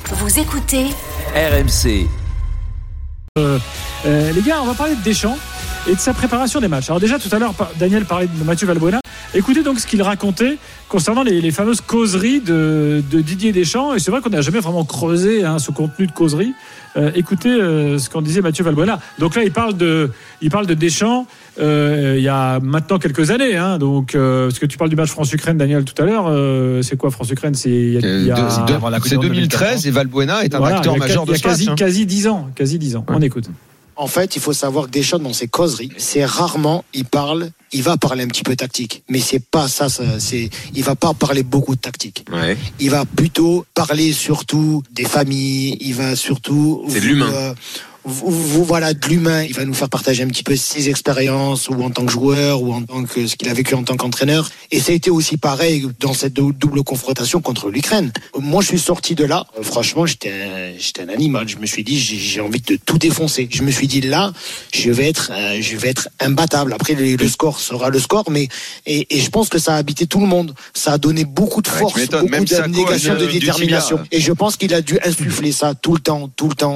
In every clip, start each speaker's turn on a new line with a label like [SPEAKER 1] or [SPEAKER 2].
[SPEAKER 1] Vous écoutez
[SPEAKER 2] RMC.
[SPEAKER 3] Les gars, on va parler de Deschamps et de sa préparation des matchs. Alors déjà, tout à l'heure, Daniel parlait de Mathieu Valbuena. Écoutez donc ce qu'il racontait concernant les fameuses causeries de Didier Deschamps. Et c'est vrai qu'on n'a jamais vraiment creusé ce contenu de causerie. Écoutez ce qu'en disait Mathieu Valbuena. Donc là, il parle de Deschamps il y a maintenant quelques années. Donc, parce que tu parles du match France-Ukraine, Daniel, tout à l'heure. C'est quoi France-Ukraine? C'est
[SPEAKER 4] 2013 et Valbuena est un acteur majeur de ce match.
[SPEAKER 3] Quasi 10 ans. On écoute.
[SPEAKER 5] En fait, il faut savoir que Deschamps, dans ses causeries, c'est rarement, il va parler un petit peu tactique. Mais c'est pas ça, il va pas parler beaucoup de tactique.
[SPEAKER 4] Ouais.
[SPEAKER 5] Il va plutôt parler surtout des familles, il va surtout...
[SPEAKER 4] C'est de l'humain.
[SPEAKER 5] Voilà, de l'humain. Il va nous faire partager un petit peu ses expériences, ou en tant que joueur, ou en tant que ce qu'il a vécu en tant qu'entraîneur. Et ça a été aussi pareil dans cette double confrontation contre l'Ukraine. Moi, je suis sorti de là. Franchement, j'étais un animal. Je me suis dit, j'ai envie de tout défoncer. Je me suis dit, là, je vais être imbattable. Après, le score sera le score, mais et je pense que ça a habité tout le monde. Ça a donné beaucoup de force, beaucoup d'abnégation, de détermination. Et je pense qu'il a dû insuffler ça tout le temps.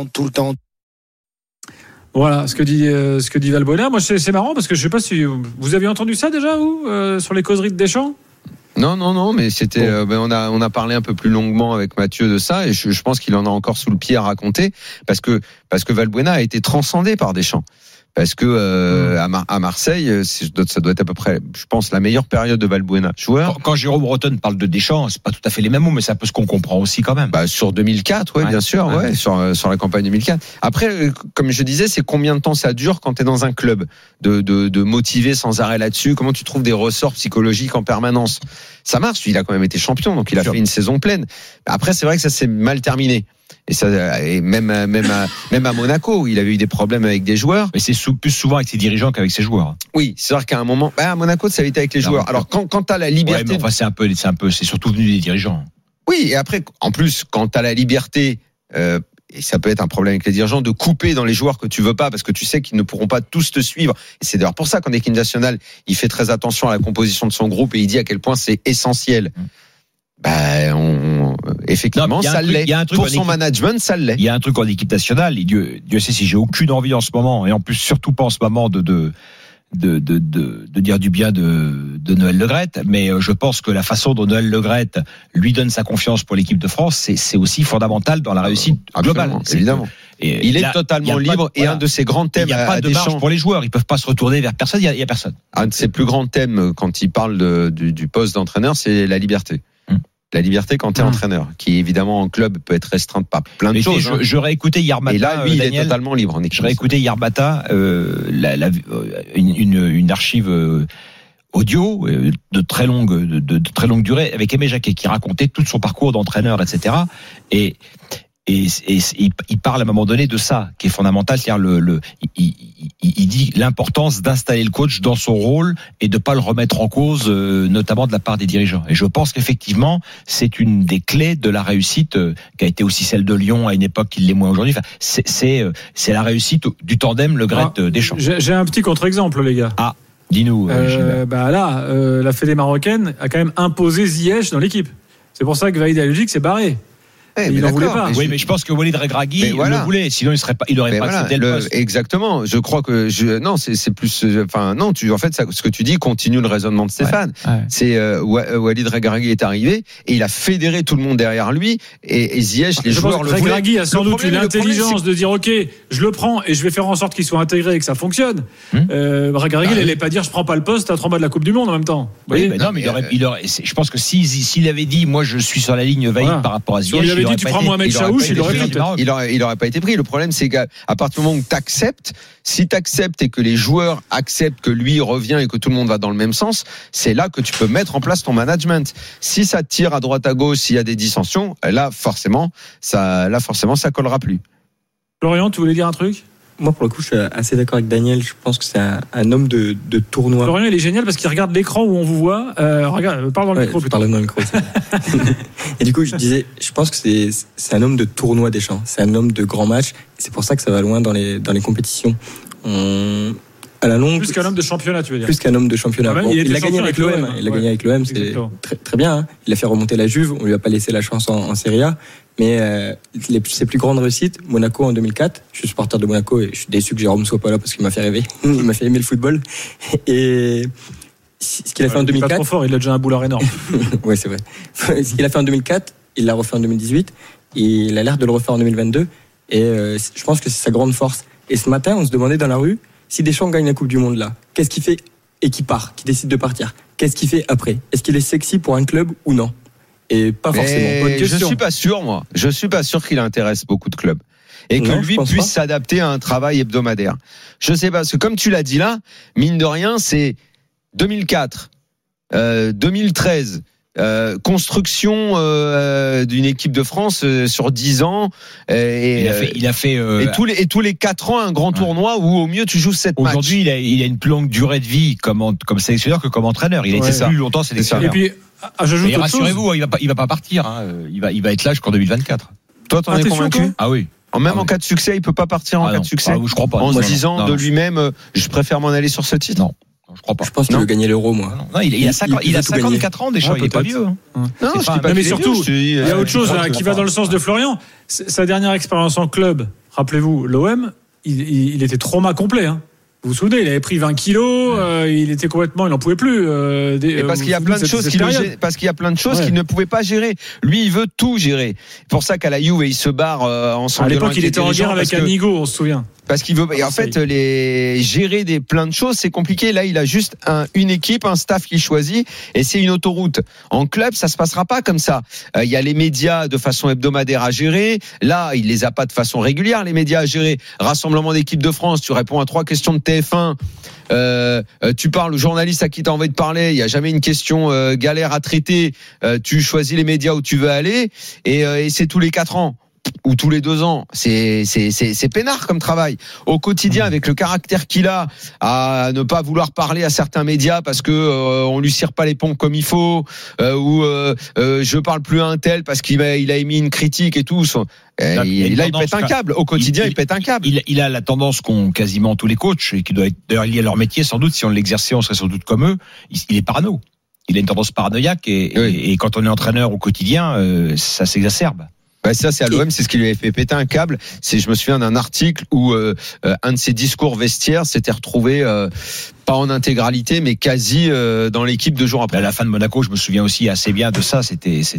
[SPEAKER 3] Voilà ce que dit Valbuena. Moi, c'est marrant parce que je sais pas si vous avez entendu ça déjà, vous, sur les causeries de Deschamps.
[SPEAKER 4] Non, mais c'était. On a parlé un peu plus longuement avec Mathieu de ça, et je pense qu'il en a encore sous le pied à raconter, parce que Valbuena a été transcendé par Deschamps. Parce que à Marseille, ça doit être à peu près, je pense, la meilleure période de Valbuena. Joueur.
[SPEAKER 6] Quand Jérôme Breton parle de Deschamps, c'est pas tout à fait les mêmes mots, mais c'est un peu ce qu'on comprend aussi quand même.
[SPEAKER 4] Sur 2004, bien sûr, sur la campagne 2004. Après, comme je disais, c'est combien de temps ça dure quand t'es dans un club de motiver sans arrêt là-dessus. Comment tu trouves des ressorts psychologiques en permanence? Ça marche. Il a quand même été champion, donc il a fait une saison pleine. Après, c'est vrai que ça s'est mal terminé. Et même à Monaco, il avait eu des problèmes avec des joueurs.
[SPEAKER 6] Mais c'est plus souvent avec ses dirigeants qu'avec ses joueurs.
[SPEAKER 4] Oui, c'est vrai qu'à un moment, à Monaco, ça avait été avec les joueurs. Alors quand t'as la liberté,
[SPEAKER 6] c'est surtout venu des dirigeants.
[SPEAKER 4] Oui, et après, en plus, quand t'as la liberté, et ça peut être un problème avec les dirigeants, de couper dans les joueurs que tu veux pas, parce que tu sais qu'ils ne pourront pas tous te suivre. Et c'est d'ailleurs pour ça qu'en équipe nationale, il fait très attention à la composition de son groupe et il dit à quel point c'est essentiel. Effectivement, ça l'est. Pour son management, ça l'est.
[SPEAKER 6] Il y a un truc en équipe nationale. Dieu sait si j'ai aucune envie en ce moment, et en plus surtout pas en ce moment de dire du bien de Noël Le Graët, mais je pense que la façon dont Noël Le Graët lui donne sa confiance pour l'équipe de France, c'est aussi fondamental dans la réussite globale.
[SPEAKER 4] Évidemment. Et il est totalement libre, et un de ses grands thèmes.
[SPEAKER 6] Il n'y a pas de marge pour les joueurs. Ils peuvent pas se retourner vers personne. Il y a personne.
[SPEAKER 4] Un de ses plus grands thèmes quand il parle du poste d'entraîneur, c'est la liberté. La liberté quand t'es entraîneur, qui évidemment en club peut être restreinte par plein de choses.
[SPEAKER 6] J'aurais écouté hier matin.
[SPEAKER 4] Et là, lui,
[SPEAKER 6] Daniel,
[SPEAKER 4] il est totalement libre en équipe.
[SPEAKER 6] J'aurais écouté hier matin une archive audio de très longue durée avec Aimé Jacquet qui racontait tout son parcours d'entraîneur, etc. Et il parle à un moment donné de ça qui est fondamental, c'est-à-dire il dit l'importance d'installer le coach dans son rôle et de pas le remettre en cause, notamment de la part des dirigeants. Et je pense qu'effectivement c'est une des clés de la réussite qui a été aussi celle de Lyon à une époque, qui l'est moins aujourd'hui. Enfin, c'est la réussite du tandem Le Graët-Deschamps.
[SPEAKER 3] J'ai un petit contre-exemple, les gars.
[SPEAKER 6] Dis-nous.
[SPEAKER 3] La Fédé marocaine a quand même imposé Ziyech dans l'équipe. C'est pour ça que Walid Al-Belgique s'est barré. Il n'en voulait pas.
[SPEAKER 6] Oui, mais je pense que Walid Regragui le voulait. Sinon, il n'aurait pas accepté le poste.
[SPEAKER 4] Exactement. Je crois que c'est plus. En fait, ce que tu dis continue le raisonnement de Stéphane.
[SPEAKER 6] Ouais.
[SPEAKER 4] C'est Walid Regragui est arrivé et il a fédéré tout le monde derrière lui. Et Ziyech, les joueurs le voulaient.
[SPEAKER 3] Regragui a sans doute eu l'intelligence de dire OK, je le prends et je vais faire en sorte qu'il soit intégré et que ça fonctionne. Regragui, il n'allait pas dire je prends pas le poste à 3 mois de la Coupe du Monde en même temps.
[SPEAKER 6] Oui, mais non, mais il aurait. Je pense que s'il avait dit moi je suis sur la ligne valide par rapport à Ziyech.
[SPEAKER 3] Tu prends Mohamed Chaouch, il
[SPEAKER 4] aurait pas été pris. Le problème, c'est qu'à partir du moment où si t'acceptes et que les joueurs acceptent que lui revient et que tout le monde va dans le même sens, c'est là que tu peux mettre en place ton management. Si ça tire à droite à gauche, s'il y a des dissensions, là forcément ça collera plus.
[SPEAKER 3] Florian, tu voulais dire un truc?
[SPEAKER 7] Moi, pour le coup, je suis assez d'accord avec Daniel. Je pense que c'est un homme de tournoi.
[SPEAKER 3] Florian, il est génial parce qu'il regarde l'écran où on vous voit. Regarde, parle dans le micro.
[SPEAKER 7] Je parle dans le micro. Et du coup, je disais, je pense que c'est un homme de tournoi, Deschamps. C'est un homme de grands matchs. Et c'est pour ça que ça va loin dans les compétitions. À la longue.
[SPEAKER 3] Plus qu'un homme de championnat, tu veux dire.
[SPEAKER 7] Plus qu'un homme de championnat.
[SPEAKER 3] Ah,
[SPEAKER 7] bon, il a gagné avec l'OM. Il a gagné avec l'OM, c'est très, très bien. Hein. Il a fait remonter la Juve. On lui a pas laissé la chance en Serie A. Mais ses plus grandes réussites, Monaco en 2004. Je suis supporter de Monaco et je suis déçu que Jérôme soit pas là parce qu'il m'a fait rêver. Il m'a fait aimer le football. Et ce qu'il a fait en 2004.
[SPEAKER 3] Pas trop fort, il a déjà un boulard énorme.
[SPEAKER 7] Ouais, c'est vrai. Ce qu'il a fait en 2004, il l'a refait en 2018. Et il a l'air de le refaire en 2022. Et je pense que c'est sa grande force. Et ce matin, on se demandait dans la rue, si Deschamps gagne la Coupe du Monde là, qu'est-ce qu'il fait et qui part, qui décide de partir? Qu'est-ce qu'il fait après? Est-ce qu'il est sexy pour un club ou non? Et pas forcément. Bonne question.
[SPEAKER 4] Je suis pas sûr, moi. Je suis pas sûr qu'il intéresse beaucoup de clubs. Et que lui puisse s'adapter à un travail hebdomadaire. Je sais pas, parce que comme tu l'as dit là, mine de rien, c'est 2004, 2013, construction d'une équipe de France sur 10 ans. Et tous les 4 ans un grand tournoi où au mieux tu joues 7 matchs.
[SPEAKER 6] Aujourd'hui, il a une plus longue durée de vie comme sélectionneur que comme entraîneur. Il a été plus longtemps sélectionneur.
[SPEAKER 3] Et puis, j'ajoute autre chose.
[SPEAKER 6] Rassurez-vous, il va pas partir. Hein. Il va être là jusqu'en 2024.
[SPEAKER 4] Toi, t'en es convaincu?
[SPEAKER 6] Ah oui.
[SPEAKER 4] Même en cas de succès, il peut pas partir en cas de succès.
[SPEAKER 6] Je crois pas.
[SPEAKER 4] En se disant de lui-même, je préfère m'en aller sur ce titre.
[SPEAKER 6] Non. Je crois pas.
[SPEAKER 7] Je pense qu'il veut gagner l'Euro, moi.
[SPEAKER 6] Non, il a 54 ans déjà, il est pas vieux.
[SPEAKER 3] Non, mais surtout, il y a autre chose qui va dans le sens de Florian. Sa dernière expérience en club, rappelez-vous, l'OM, il était trauma complet. Hein. Vous vous souvenez, il avait pris 20 kilos, il était complètement, il n'en pouvait plus.
[SPEAKER 4] Parce qu'il y a plein de choses qu'il ne pouvait pas gérer. Lui, il veut tout gérer. C'est pour ça qu'à la Juve, il se barre en s'engueulant.
[SPEAKER 3] À l'époque, il était en guerre avec Amigo, on se souvient.
[SPEAKER 4] Parce qu'il veut, et en fait, gérer plein de choses, c'est compliqué. Là, il a juste une équipe, un staff qu'il choisit, et c'est une autoroute. En club, ça se passera pas comme ça. Il y a les médias de façon hebdomadaire à gérer. Là, il les a pas de façon régulière, les médias à gérer. Rassemblement d'équipe de France, tu réponds à 3 questions de TF1. Tu parles au journaliste à qui t'as envie de parler. Il y a jamais une question galère à traiter. Tu choisis les médias où tu veux aller, et c'est tous les 4 ans. Ou tous les 2 ans, c'est peinard comme travail. Au quotidien, avec le caractère qu'il a, à ne pas vouloir parler à certains médias parce que on lui cire pas les pompes comme il faut, ou je parle plus à un tel parce qu'il a émis une critique et tout. Là, il pète un câble. Au quotidien, il pète un câble.
[SPEAKER 6] Il a la tendance qu'ont quasiment tous les coachs, et qui doit être d'ailleurs lié à leur métier, sans doute. Si on l'exerçait, on serait sans doute comme eux. Il est parano. Il a une tendance paranoïaque, et quand on est entraîneur au quotidien, ça s'exacerbe.
[SPEAKER 4] Ça, c'est à l'OM, c'est ce qui lui avait fait péter un câble. Je me souviens d'un article où un de ses discours vestiaires s'était retrouvé pas en intégralité, mais quasi dans l'équipe 2 jours après.
[SPEAKER 6] À la fin de Monaco, je me souviens aussi assez bien de ça.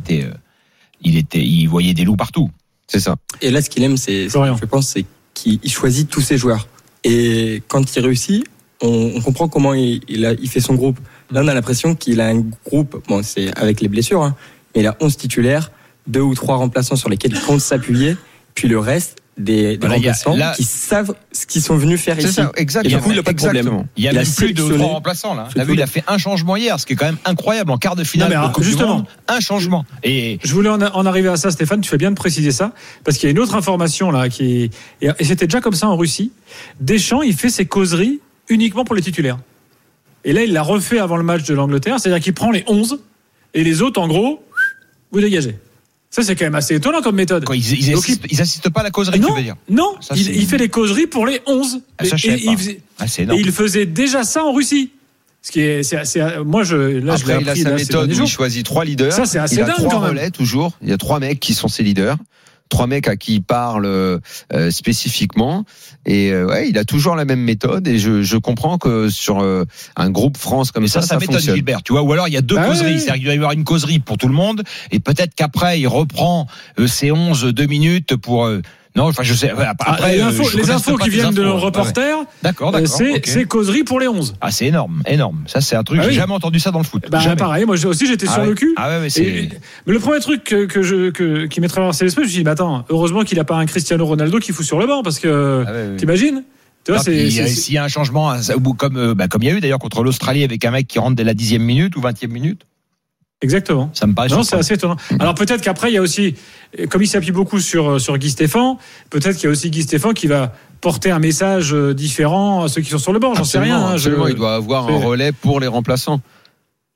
[SPEAKER 6] Il voyait des loups partout.
[SPEAKER 4] C'est ça.
[SPEAKER 7] Et là, ce qu'il aime, je pense, c'est qu'il choisit tous ses joueurs. Et quand il réussit, on comprend comment il fait son groupe. Là, on a l'impression qu'il a un groupe. Bon, c'est avec les blessures, hein, mais il a 11 titulaires. 2 ou 3 remplaçants sur lesquels il compte s'appuyer, puis le reste des remplaçants qui savent ce qu'ils sont venus faire ici.
[SPEAKER 4] C'est ça, exactement.
[SPEAKER 7] Et du coup, il n'a pas de problème.
[SPEAKER 6] Il y a même plus de 3 remplaçants là. T'as vu, il a fait un changement hier, ce qui est quand même incroyable en quart de finale.
[SPEAKER 3] Justement,
[SPEAKER 6] un changement. Et
[SPEAKER 3] je voulais en arriver à ça, Stéphane. Tu fais bien de préciser ça, parce qu'il y a une autre information là et c'était déjà comme ça en Russie. Deschamps, il fait ses causeries uniquement pour les titulaires. Et là, il l'a refait avant le match de l'Angleterre, c'est-à-dire qu'il prend les 11 et les autres, en gros, vous dégagez. Ça, c'est quand même assez étonnant comme méthode.
[SPEAKER 6] Quoi, ils assistent pas à la causerie,
[SPEAKER 3] non,
[SPEAKER 6] tu veux dire?
[SPEAKER 3] Non, il fait les causeries pour les 11.
[SPEAKER 6] C'est énorme.
[SPEAKER 3] Et il faisait déjà ça en Russie. Ce qui est, moi, je l'ai appris.
[SPEAKER 4] Il a sa méthode où il choisit 3 leaders.
[SPEAKER 3] Ça, c'est assez dingue, quand même.
[SPEAKER 4] 3 relais, toujours. Il y a 3 mecs qui sont ses leaders. 3 mecs à qui il parle spécifiquement, et il a toujours la même méthode, et je comprends que sur un groupe France comme ça
[SPEAKER 6] m'étonne,
[SPEAKER 4] fonctionne.
[SPEAKER 6] Gilbert, tu vois, ou alors il y a 2 causeries, c'est-à-dire qu'il va y avoir une causerie pour tout le monde, et peut-être qu'après il reprend ses 2 minutes pour non, enfin je sais. Après,
[SPEAKER 3] les infos qui viennent de nos reporters,
[SPEAKER 6] d'accord,
[SPEAKER 3] c'est causerie pour les 11.
[SPEAKER 6] Ah, c'est énorme. Ça, c'est un truc. J'ai jamais entendu ça dans le foot.
[SPEAKER 3] Pareil, moi aussi j'étais sur le cul.
[SPEAKER 6] Mais
[SPEAKER 3] le premier truc qui m'est traversé l'esprit, je me suis dit, mais attends, heureusement qu'il n'a pas un Cristiano Ronaldo qui fout sur le banc, parce que t'imagines. Tu vois,
[SPEAKER 6] s'il y a un changement, comme il y a eu d'ailleurs contre l'Australie avec un mec qui rentre dès la 10e minute ou 20e minute.
[SPEAKER 3] Exactement.
[SPEAKER 6] Ça me paraît.
[SPEAKER 3] Non, c'est assez étonnant. Alors peut-être qu'après il y a aussi, comme il s'appuie beaucoup sur Guy Stéphane, peut-être qu'il y a aussi Guy Stéphane qui va porter un message différent à ceux qui sont sur le banc. J'en sais rien.
[SPEAKER 4] Absolument, il doit avoir un relais pour les remplaçants.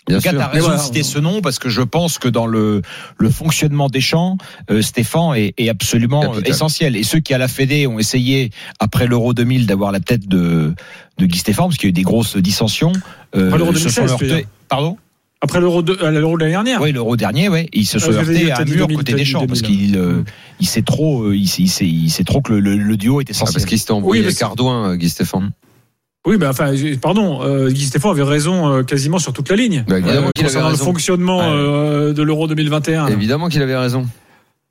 [SPEAKER 4] Bien
[SPEAKER 6] tu as raison
[SPEAKER 3] voilà,
[SPEAKER 6] de citer ce nom parce que je pense que dans le fonctionnement des champs, Stéphane est absolument
[SPEAKER 4] capital.
[SPEAKER 6] Essentiel. Et ceux qui à la Fédé ont essayé après l'Euro 2000 d'avoir la tête de Guy Stéphane parce qu'il y a eu des grosses dissensions.
[SPEAKER 3] l'Euro
[SPEAKER 6] se sont
[SPEAKER 3] 2016,
[SPEAKER 6] heurtés. Pardon.
[SPEAKER 3] Après l'Euro de l'année dernière.
[SPEAKER 6] Oui, l'Euro dernier, ouais, ils se sont heurtés à un mur côté Deschamps parce qu'il sait trop, il sait trop que le duo est essentiel.
[SPEAKER 4] Parce qu'il s'était embrouillé avec Ardouin, Guy Stéphane.
[SPEAKER 3] Oui, Guy Stéphane avait raison quasiment sur toute la ligne.
[SPEAKER 4] Évidemment qu'il avait
[SPEAKER 3] concernant le
[SPEAKER 4] raison.
[SPEAKER 3] fonctionnement de l'Euro 2021.
[SPEAKER 4] Évidemment qu'il avait raison.